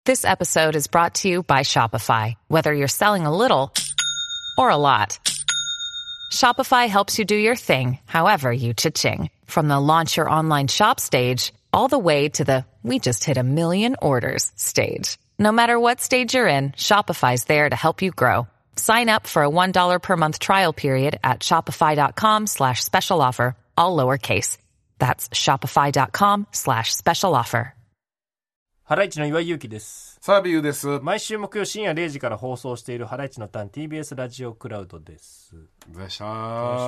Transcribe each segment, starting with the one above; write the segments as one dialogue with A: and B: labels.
A: This episode is brought to you by Shopify. Whether you're selling a little or a lot, Shopify helps you do your thing, however you cha-ching. From the launch your online shop stage, all the way to the we just hit 1 million orders stage. No matter what stage you're in, Shopify's there to help you grow. Sign up for a $1 per month trial period at shopify.com/special offer, all lowercase. That's shopify.com/special offer.
B: ハライチの岩井ゆうきです。
C: サービューです。
B: 毎週木曜深夜0時から放送しているハライチのターン TBS ラジオクラウドです。
C: どうした
B: いや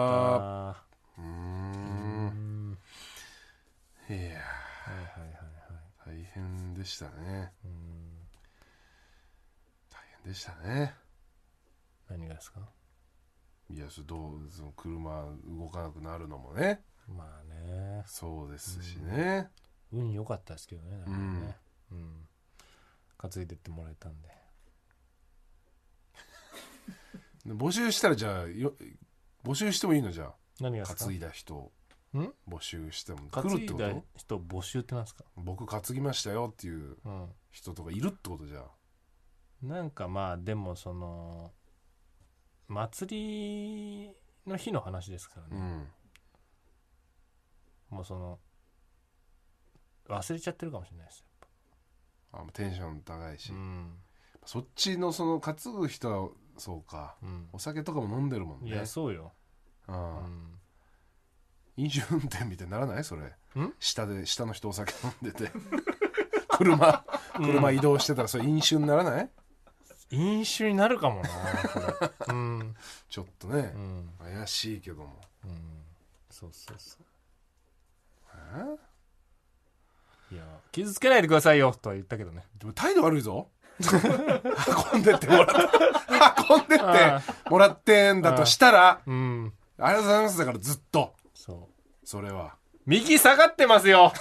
C: いや、大変でしたね。大変でしたね。
B: 何がですか？
C: いや、その車動かなくなるのもね。
B: まあね。
C: そうですしね。
B: 運良かったですけどね。なんかね。担いでってもらえたんで。
C: 募集したらじゃあ募集してもいいの？じゃあ
B: 何がですか？
C: 担いだ人募集しても
B: 来るってこと？担いだ人募集ってなんですか？
C: 僕担ぎましたよっていう人とかいるってこと？じゃあ
B: なんかまあでもその祭りの日の話ですからね、もうその忘れちゃってるかもしれないですよ。
C: テンション高いし、そっちのその担ぐ人はそうか、お酒とかも飲んでるもんね。
B: いやそうよ。
C: 飲酒運転みたいにならない？それ下の人お酒飲んでて車移動してたらそれ飲酒にならない？
B: 飲酒になるかもなこれ
C: ちょっとね、怪しいけども、
B: そういや傷つけないでくださいよとは言ったけどね。
C: でも態度悪いぞ運んでってもらってんだとしたら、ありがとうございますだからずっとそれは
B: 右下がってますよ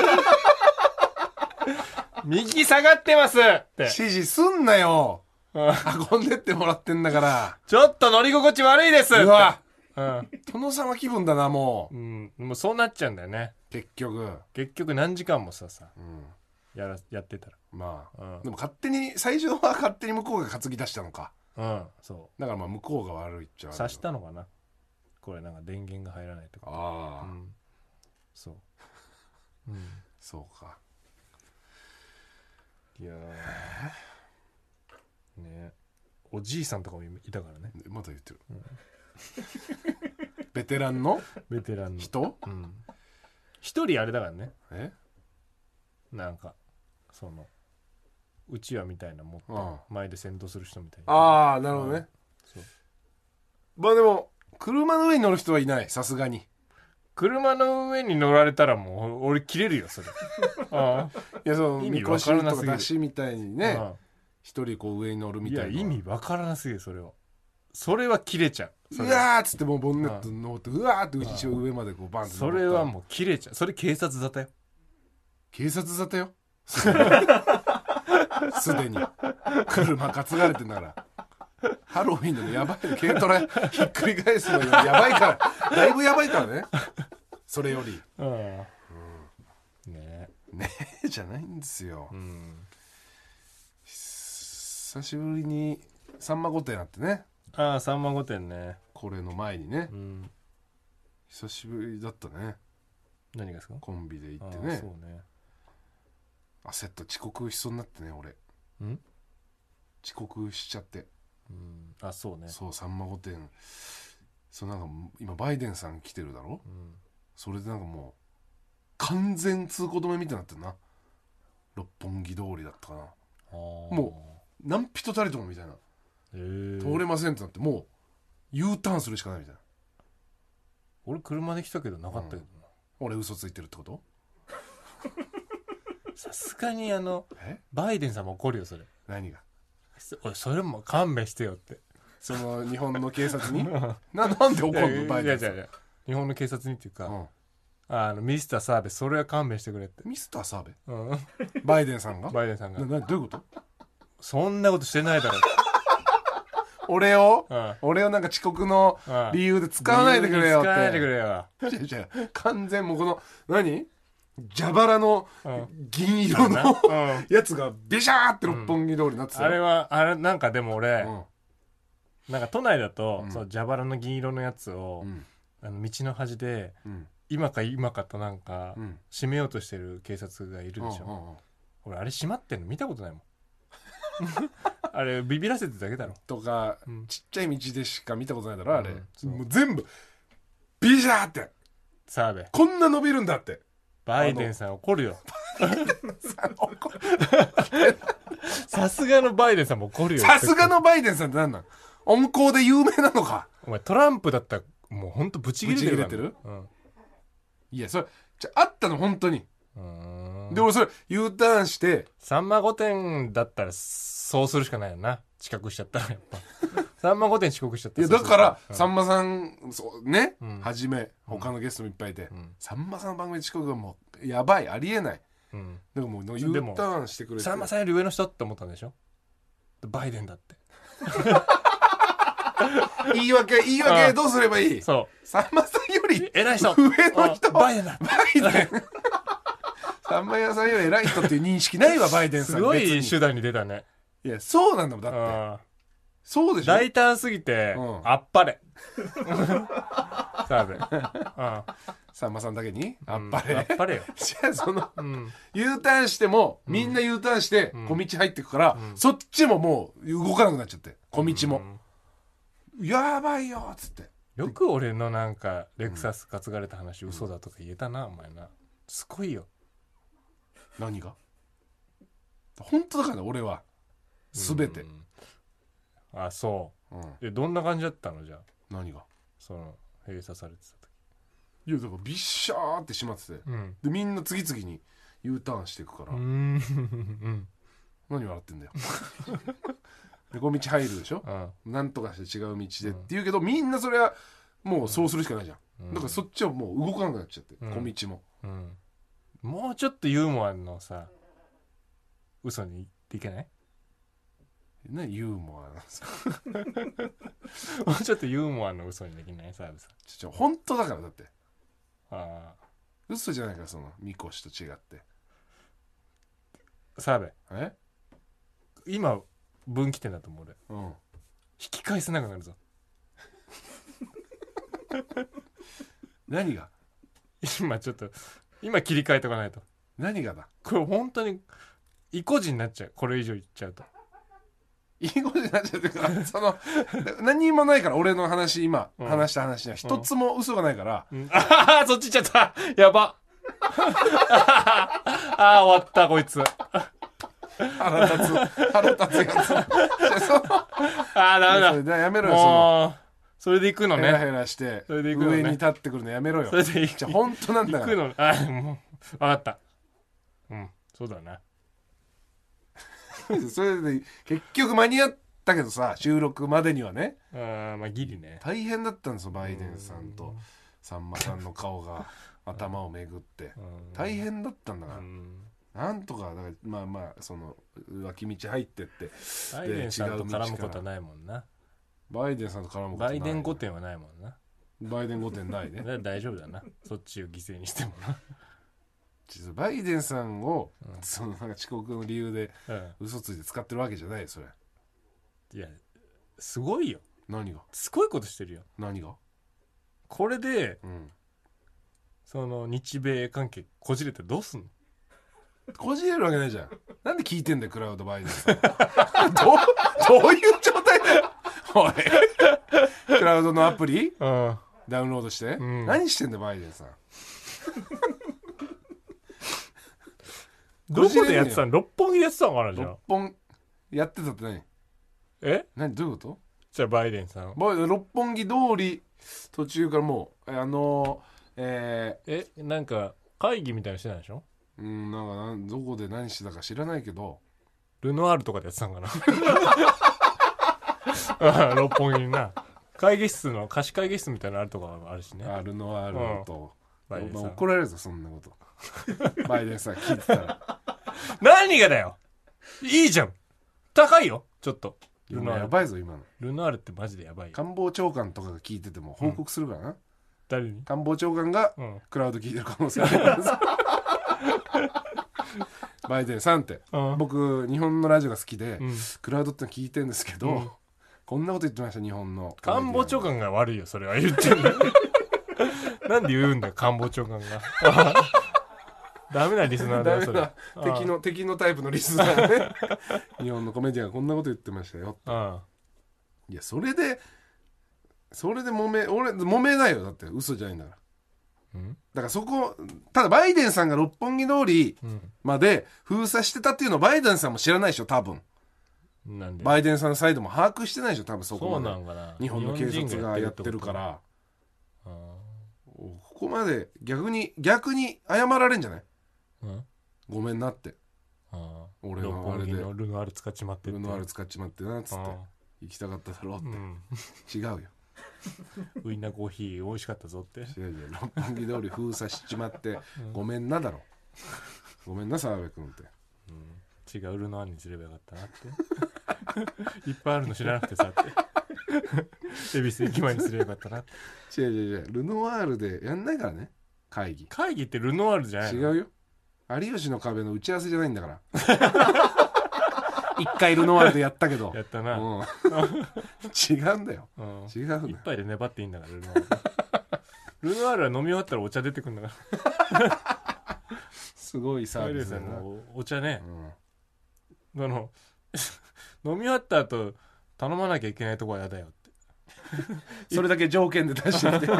B: 右下がってますって
C: 指示すんなよ運んでってもらってんだから
B: ちょっと乗り心地悪いですって。
C: うわ殿様気分だなもう。
B: もうそうなっちゃうんだよね
C: 結局
B: 何時間もさ、やってたら
C: まあ、でも最初は勝手に向こうが担ぎ出したのか。
B: そう
C: だからまあ向こうが悪いっちゃ悪い。
B: 刺したのかなこれ。なんか電源が入らないとか。そう
C: そうか。
B: いやね、おじいさんとかもいたからね。
C: まだ言ってる、ベテランの人、
B: 一人あれだからね。なんかそのうちわみたいな持って前で先導する人みたいな。
C: ああなるほどね。まあでも車の上に乗る人はいない。さすがに
B: 車の上に乗られたらもう俺切れるよそれい
C: やそのみこしとか出しみたいにね、一人こう上に乗るみたいな。
B: いや意味わからなすぎる。それは切れちゃう。
C: うわーっつってもうボンネット乗ってうわーって一応上までこうバンって
B: それはもう切れちゃう。それ警察沙汰よ。
C: 警察沙汰よすでに車担がれてんだからハロウィンでもやばいよ。軽トラひっくり返すのやばいからだいぶやばいからねそれよりねえじゃないんですよ、久しぶりにさんま御殿あってね。
B: さんま御殿ね。
C: これの前にね、久しぶりだったね。
B: 何がですか？
C: コンビで行ってね。
B: そうね。
C: 焦った。遅刻しそうになってね俺。遅刻しちゃって。
B: そうね。
C: そうさんま御殿。そうなんか今バイデンさん来てるだろ、それでなんかもう完全通行止めみたいになってるな。六本木通りだったかな。もう何人たりともみたいな。通れませんってなってもう U ターンするしかないみたいな。
B: 俺車で来たけどなかったけどな、
C: 俺嘘ついてるってこと？
B: さすがにバイデンさんも怒るよそれ。
C: 何が？
B: おいそれも勘弁してよって。
C: その日本の警察になんで怒るのバイデンさん。
B: いや日本の警察にっていうか、ミスター澤部それは勘弁してくれって。
C: ミスター澤部、バイデンさんが
B: どういうこと？そんなことしてないだろ
C: 俺をなんか遅刻の理由で使わないでくれよって。
B: 使わないでくれよ。
C: 完全もうこの何蛇腹の銀色の、
B: うん
C: やつがビシャーって六本木通りになってたよ、
B: あれなんかでも俺、
C: うん
B: なんか都内だと、
C: うん
B: その蛇腹の銀色のやつを、
C: うん
B: 道の端で
C: うん
B: 今かとなんか、
C: うん
B: 閉めようとしてる警察がいるでしょ、
C: うんうんうん
B: 俺あれ閉まってんの見たことないもんあれビビらせてるだけだろ。
C: とか、
B: うん
C: ちっちゃい道でしか見たことないだろあれ、
B: うん
C: もう全部ビシャーって
B: 澤部
C: こんな伸びるんだって
B: バイデンさん怒るよさすがのバイデンさんも怒るよ。
C: さすがのバイデンさんって何なん温厚で有名なのか。
B: お前トランプだったらもうほんとブチ切れてるから、
C: ブチ切れて
B: うん
C: いやそれあったの本当に。
B: うーん
C: で俺それ U ターンして
B: さんま御殿だったらそうするしかないよな。遅刻しちゃったらやっぱさんま御殿遅刻しちゃった
C: い
B: ら
C: やだから、
B: うん
C: さんまさんそうね、
B: うん
C: はじめ他のゲストもいっぱいいて、
B: ん
C: さんまさんの番組で遅刻がもうやばいありえない。
B: うん
C: だからもう U ターンしてくれて
B: さんまさんより上の人って思ったんでしょ。バイデンだって
C: 言い訳どうすればいい。
B: そ
C: さんまさんより
B: う偉い人
C: 上の人
B: あバイデンだ
C: バイデンさんま屋さんより偉い人っていう認識ないわバイデンさん
B: すごい
C: 別に
B: 手段に出たね。
C: いやそうなんだもんだって
B: あ
C: そうでしょ。
B: 大胆すぎて、
C: うん
B: あっぱれ澤部あ
C: さんまさんだけにあっぱれ、
B: あっぱれよ、
C: じゃあその
B: うん
C: U ターンしてもみんな U ターンして小道入ってくから、そっちももう動かなくなっちゃって小道も、やばいよっつって
B: よく俺のなんかレクサス担がれた話嘘だとか言えたな、お前な。すごいよ。
C: 何が本当だからね俺は全て、
B: あそ
C: うん
B: うどんな感じだったのじゃあ
C: 何が
B: その閉鎖されてた時。
C: いやだからビッシャーって閉まってて、
B: うん
C: でみんな次々に U ターンしていくから、
B: うん
C: 何笑ってんだよでこの道入るでしょ、
B: うん
C: なんとかして違う道でって言うけど、みんなそれはもうそうするしかないじゃん、だからそっちはもう動かなくなっちゃって、小道も
B: うんもうちょっとユーモアのさ嘘にいけない
C: ねユーモアなんですか
B: もうちょっとユーモアの嘘にできない澤部さん。
C: 本当だからだって
B: あ
C: 嘘じゃないからそのみこしと違って
B: 澤部
C: え
B: 今分岐点だと思う俺。
C: うん
B: 引き返せなくなるぞ
C: 何が
B: 今ちょっと今切り替えとかないと
C: 何がだ
B: これ本当に意固地になっちゃう。これ以上言っちゃうと
C: いいことになっちゃってるからその何もないから俺の話今、話した話には一つも嘘がないから、
B: ああそっち行っちゃったやばああ終わったこいつ
C: 腹立つやつ
B: ああダメだ
C: それでやめろよその
B: もうそれで行くの
C: ヘラ
B: ね
C: ヘラして
B: それで行くのね
C: 上に立ってくるのやめろよ
B: それで
C: じゃあ本当なんだから
B: 行くのあもう分かったそうだな
C: それで結局間に合ったけどさ収録までにはね
B: まあギリね。
C: 大変だったんですよバイデンさんとさんまさんの顔が頭をめぐって大変だったんだからなんとかだからまあその脇道入ってって
B: バイデンさんと絡むことはないもんな。
C: バイデンさんと絡むことない
B: バイデン御殿はないもんな。
C: バイデン御殿ないね
B: だから大丈夫だなそっちを犠牲にしてもな
C: バイデンさんを、そのなんか遅刻の理由で
B: うん
C: 嘘ついて使ってるわけじゃないよそれ。
B: いやすごいよ。
C: 何が
B: すごいことしてるよ。
C: 何が
B: これで
C: うん
B: その日米関係こじれてどうすんの。
C: こじれるわけないじゃん。なんで聞いてんだよクラウドバイデンさんどういう状態だよおいクラウドのアプリ
B: うん
C: ダウンロードして、
B: ん
C: 何してんだよバイデンさん。
B: どこでやってたの。六本木でやってたのかなじゃあ
C: 六。本やってたって何どういうこと
B: じゃあバイデンさん
C: 六本木通り途中からもう
B: なんか会議みたいなのしてないでしょ。
C: なんかどこで何してたか知らないけど
B: ルノアールとかでやってたんかな六本木にな会議室の貸し会議室みたいなのあるとかあるしね。
C: ルノワールと、
B: バイデンさん
C: 怒られるぞそんなことバイデンさん聞いてたら
B: 何がだよ。いいじゃん高いよちょっと。ルノアー
C: や
B: ル
C: ばいぞ今の
B: ルノアールってマジでやばいよ。
C: 官房長官とかが聞いてても報告するからな、
B: 誰に。
C: 官房長官が
B: うん
C: クラウド聞いてる可能性あるからさバイデンさんって、僕日本のラジオが好きで、クラウドっての聞いてるんですけど、こんなこと言ってました。日本の
B: 官房長官が悪いよ、それは言ってんだよなんで言うんだよ、官房長官がダメなリスナーだよ、それ。
C: 敵のタイプのリスナーね日本のコメディアンがこんなこと言ってましたよ。いや、それで揉めだよ。だって嘘じゃないんだから。だからそこ、ただバイデンさんが六本木通りまで封鎖してたっていうのをバイデンさんも知らないでしょ、多分。
B: なんで
C: バイデンさんサイドも把握してないでしょ、多分。そこまで
B: そうなんかな、
C: 日本の警察がやってるから。ここまで逆に謝られんじゃない、ごめんなって。俺のあれで
B: ルノアール使っちまって
C: ルノアール使っちまってなっつって行きたかっただろうって、違うよ
B: ウインナーコーヒー美味しかったぞって。
C: 違う六本木通り封鎖しちまってごめんなだろ。ごめんな澤部君って、
B: 違うルノアールにすればよかったなっていっぱいあるの知らなくてさって恵比寿駅前にすればよかったなって。
C: 違うルノアールでやんないからね、会議
B: ってルノアールじゃないの。
C: 違うよ、有吉の壁の打ち合わせじゃないんだから一回ルノワールでやったけど
B: やったな、
C: 違うんだよ、違うんだよ。
B: 一杯で粘っていいんだからルノワールルノワールは飲み終わったらお茶出てくるんだから
C: すごいサービスだな。
B: お茶ね、飲み終わった後頼まなきゃいけないとこはやだよって
C: それだけ条件で出してきて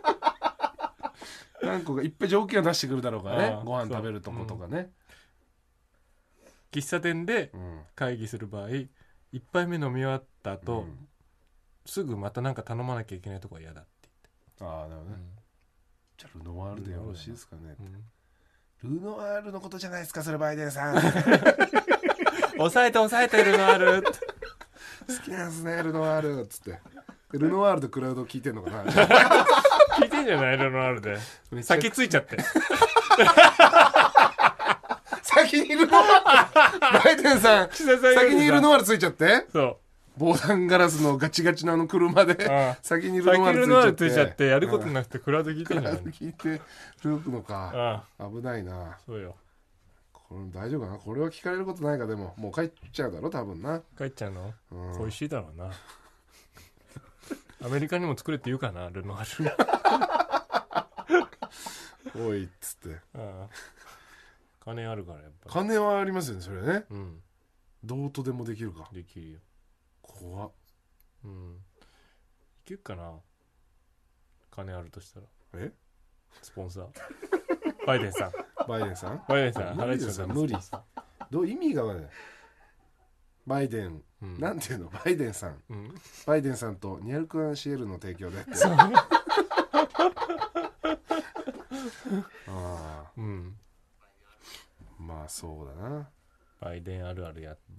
C: 何個かいっぱい条件を出してくるだろうからね、ご飯食べるとことかね、
B: 喫茶店で会議する場合、1杯目飲み終わった後、すぐまたなんか頼まなきゃいけないとこは嫌だって
C: 言って。ああ、なるほどね、じゃあルノワールでよろしいですかね、ルノワールのことじゃないですかそれ、バイデンさん
B: 抑えてルノワール
C: 好きなんですねルノワールっつって、ルノワールでクラウド聞いてんのかな
B: 聞いてんじゃない、ルノワールで先ついちゃって
C: 先にルノワールバイデンさん先にルノワールついちゃって、
B: そう
C: 防弾ガラスのガチガチの車で先にルノワールついちゃって
B: やることなくてクラウド聞いてんじゃない、
C: 聞いてるのか、危ないな。
B: そうよ、
C: これ大丈夫かな、これは聞かれることないか。でももう帰っちゃうだろ多分な。
B: 帰っちゃうの、美味しいだろうなアメリカにも作れって言うかな、ルノワー
C: ルおいっつって
B: 金あるからやっぱり。
C: 金はありますよね、それね。どうとでもできるか。
B: できるよ。
C: 怖っ。
B: いけるかな、金あるとしたら。スポンサーバイデンさん
C: 無理。どう意味がわからない。バイデン、なんていうの、バイデンさん、バイデンさんとニャルクアンシエルの提供でまあそうだな。
B: バイデンあるあるやって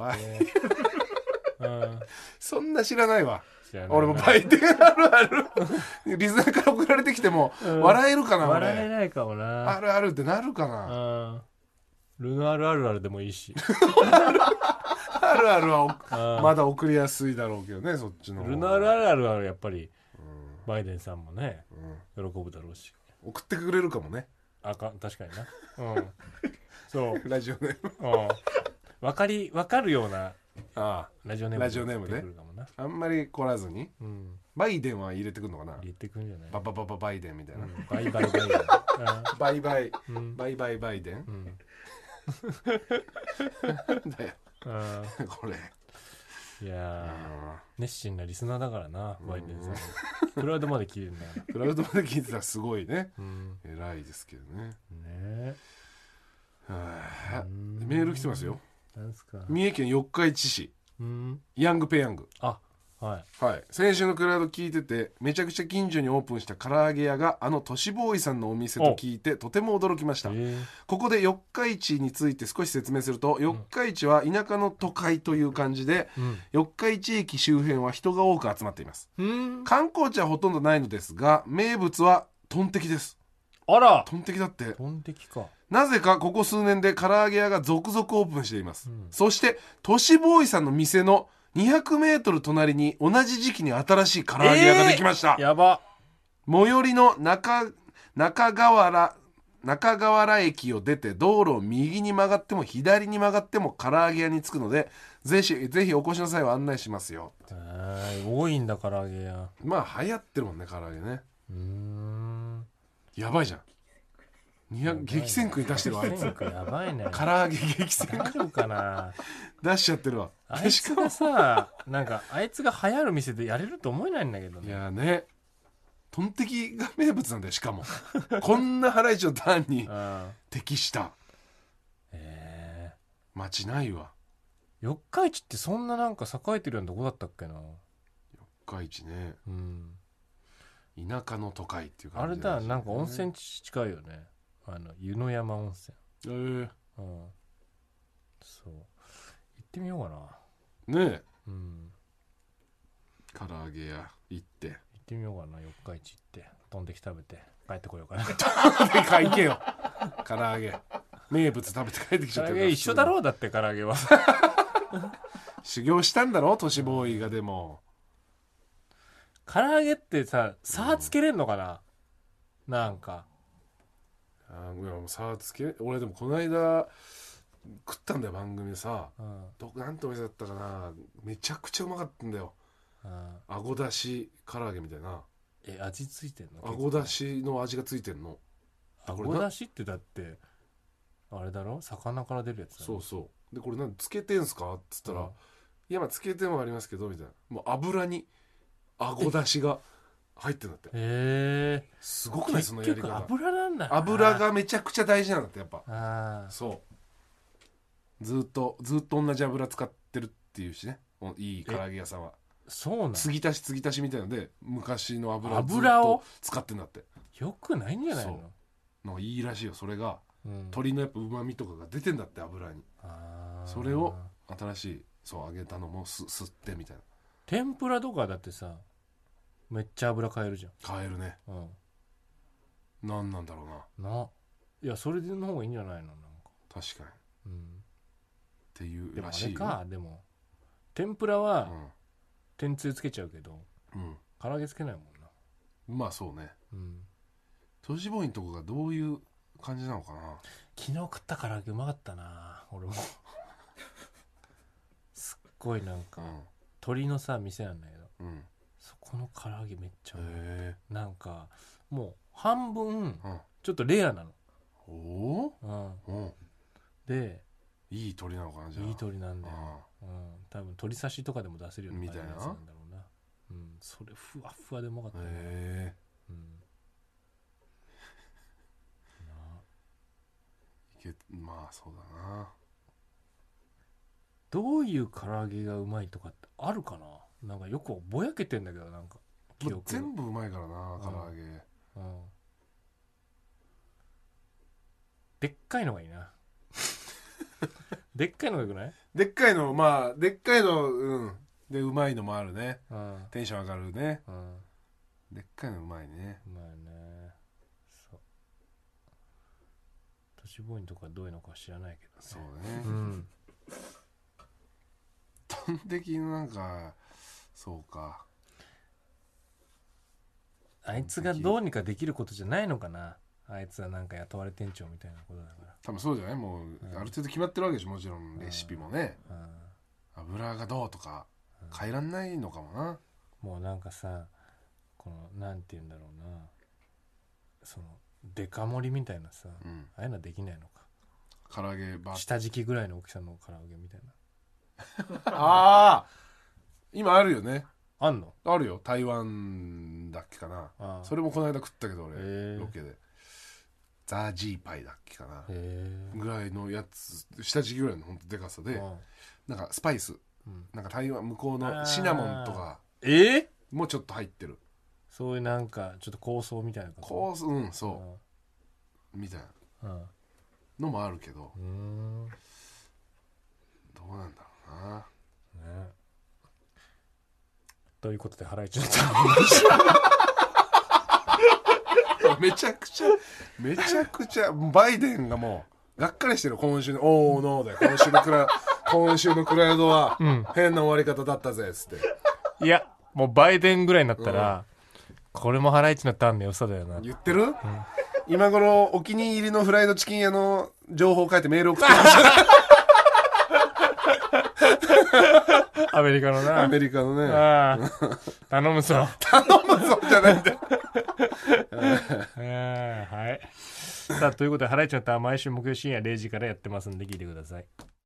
C: そんな知らないわ。俺もバイデンあるあるリスナーから送られてきても笑えるかな、
B: 笑えないかもな。
C: あるあるってなるかな。
B: ルノアールあるあるでもいいし
C: あるあるはまだ送りやすいだろうけどね、そっちの。
B: ルノアールあるあるはやっぱりバイデンさんもね、喜ぶだろうし
C: 送ってくれるかもね。
B: 確かになそう
C: ラジオネーム
B: わかるようなラジオネーム
C: ね。あんまり来らずに、バイデンは入れてくるのかな。
B: 入れてくるんじゃない。
C: バイデンみたいな。
B: バイバイ
C: バイデン。だよこれ。
B: いや熱心なリスナーだからな、バイデンさん。クラウドまで聞いてるんだから。
C: クラウドまで聞いてたらすごいね。偉いですけどね。メール来てますよ。
B: なんすか。
C: 三重県四日市市ヤングペヤング。はい、先週のクラウド聞いてて、めちゃくちゃ近所にオープンした唐揚げ屋が都市ボーイさんのお店と聞いてとても驚きました。ここで四日市について少し説明すると、四日市は田舎の都会という感じで、四日市駅周辺は人が多く集まっています。観光地はほとんどないのですが、名物はトンテキです。
B: あら、
C: トンテキだって。
B: トンテキか。
C: なぜかここ数年で唐揚げ屋が続々オープンしています。そして都市ボーイさんの店の200メートル隣に同じ時期に新しい唐揚げ屋ができました。
B: やば。
C: 最寄りの中河原中河原駅を出て道路を右に曲がっても左に曲がっても唐揚げ屋に着くので、ぜひお越しの際は案内しますよ。
B: 多いんだ唐揚げ屋。
C: まあ流行ってるもんね唐揚げね。やばいじゃん。激戦区に出してるわあいつ。
B: やばいね。
C: 唐揚げ激戦区
B: 大丈夫かな。
C: 出しちゃってるわ。
B: あいつがさ、なんかあいつが流行る店でやれると思えないんだけどね。
C: いやね、トンテキが名物なんだよ。しかもこんなハライチのターンに適した街ないわ。
B: 四日市ってそんななんか栄えてるようなとこだったっけな。
C: 四日市ね、田舎の都会っていう
B: あれ
C: 感じだ、
B: だ、なんか温泉地近いよね。湯の山温泉。そう行ってみようか
C: な。ねえ、唐揚げ屋行って
B: みようかな。四日市行って飛んでき食べて帰ってこようかな。
C: でかいけよ唐揚げ名物食べて帰ってきちゃってるから。
B: 唐揚げ一緒だろう。だって唐揚げは
C: 修行したんだろ都市ボーイが。でも
B: 唐揚げってさ、差つけれんのかな、なんか。
C: いやもう差つけ、俺でもこの間食ったんだよ番組でさ、なんてお店だったかな、めちゃくちゃうまかったんだよ。あごだし唐揚げみたいな。
B: 味ついてんの？
C: あごだしの味がついてんの。
B: あごだしってだってあれだろ、魚から出るやつだろ。
C: そうそうで、これ何つけてんすかっつったら、いやまあつけてもありますけどみたいな。もう油にあごだしが入ってんだって。すごくない？そのやり方。
B: 結局油なんだ。
C: 油がめちゃくちゃ大事なんだってやっぱ。そうずっと同じ油使ってるっていうしね、いい唐揚げ屋さんは。
B: そうなの？
C: 継ぎ足しみたいので昔の油をずっ
B: 油を
C: と使ってんだって。
B: よくないんじゃないの？
C: のいいらしいよそれが。鶏のやっぱ旨味とかが出てんだって油に。それを新しい揚げたのも吸ってみたいな。
B: 天ぷらとかだってさ、めっちゃ油変えるじゃん。
C: 変えるね。なんなんだろうな。
B: いやそれの方がいいんじゃないの？なんか
C: 確かに。っていうらしいよ。
B: でもあれか、でも天ぷらは天つゆつけちゃうけど、唐揚げつけないもんな。
C: まあそうね。都市ボーイのとこがどういう感じなのかな。
B: 昨日食った唐揚げうまかったな俺もすっごいなんか、鶏のさ店なんだけど、そこの唐揚げめっちゃうまい。なんかもう半分、ちょっとレアなの。で
C: いい鶏なのかな。じゃあ
B: いい鶏なんだよ。多分鶏刺しとかでも出せるような感じのやつなんだろうな。それふわふわでうまかったね。
C: まあそうだな。
B: どういう唐揚げがうまいとかってあるかな。なんかよくぼやけてんだけど、なんか記憶が
C: 全部うまいからな唐揚げ。
B: でっかいのがいいなでっかいのがよくない？
C: でっかいの、まあでっかいのでうまいのもあるね。テンション上がるね。でっかいのうまいね。
B: うまいね。そう都市ボーイのとかどういうのか知らないけどね。
C: そうね。トンテキのなんかそうか、
B: あいつがどうにかできることじゃないのかな。あいつはなんか雇われ店長みたいなことだから。
C: 多分そうじゃない。もうある程度決まってるわけでしょ。もちろんレシピもね。油がどうとか変えらんないのかもな。
B: もうなんかさ、このなんて言うんだろうな、そのデカ盛りみたいなさ、ああいうのはできないのか。
C: 唐揚げ
B: 下敷きぐらいの大きさの唐揚げみたいな
C: ああ今あるよね。
B: あんの？
C: あるよ。台湾だっけかな。それもこの間食ったけど俺ロケでザ・ジーパイだっけかなぐらいのやつ、下敷きぐらいのほんとでかさで、なんかスパイス、なんか台湾向こうのシナモンとかもうちょっと入ってる。
B: そういうなんかちょっと香草みたいな
C: 香草、そうみたいなのもあるけど、どうなんだろうな。
B: ということでハライチの
C: めちゃくちゃバイデンがもうがっかりしてる。今週のおーノーで今週のクラウドは変な終わり方だったぜっつって、
B: いやもうバイデンぐらいになったら、これもハライチのターンの良さだよな。
C: 言ってる、 今頃お気に入りのフライドチキン屋の情報を書いてメール送ってます
B: アメリカのな。
C: アメリカのね。
B: ああ頼むぞ。
C: 頼むぞじゃないんだよ。
B: はい。さあ、ということで、ハライチのターン毎週木曜深夜0時からやってますんで聞いてください。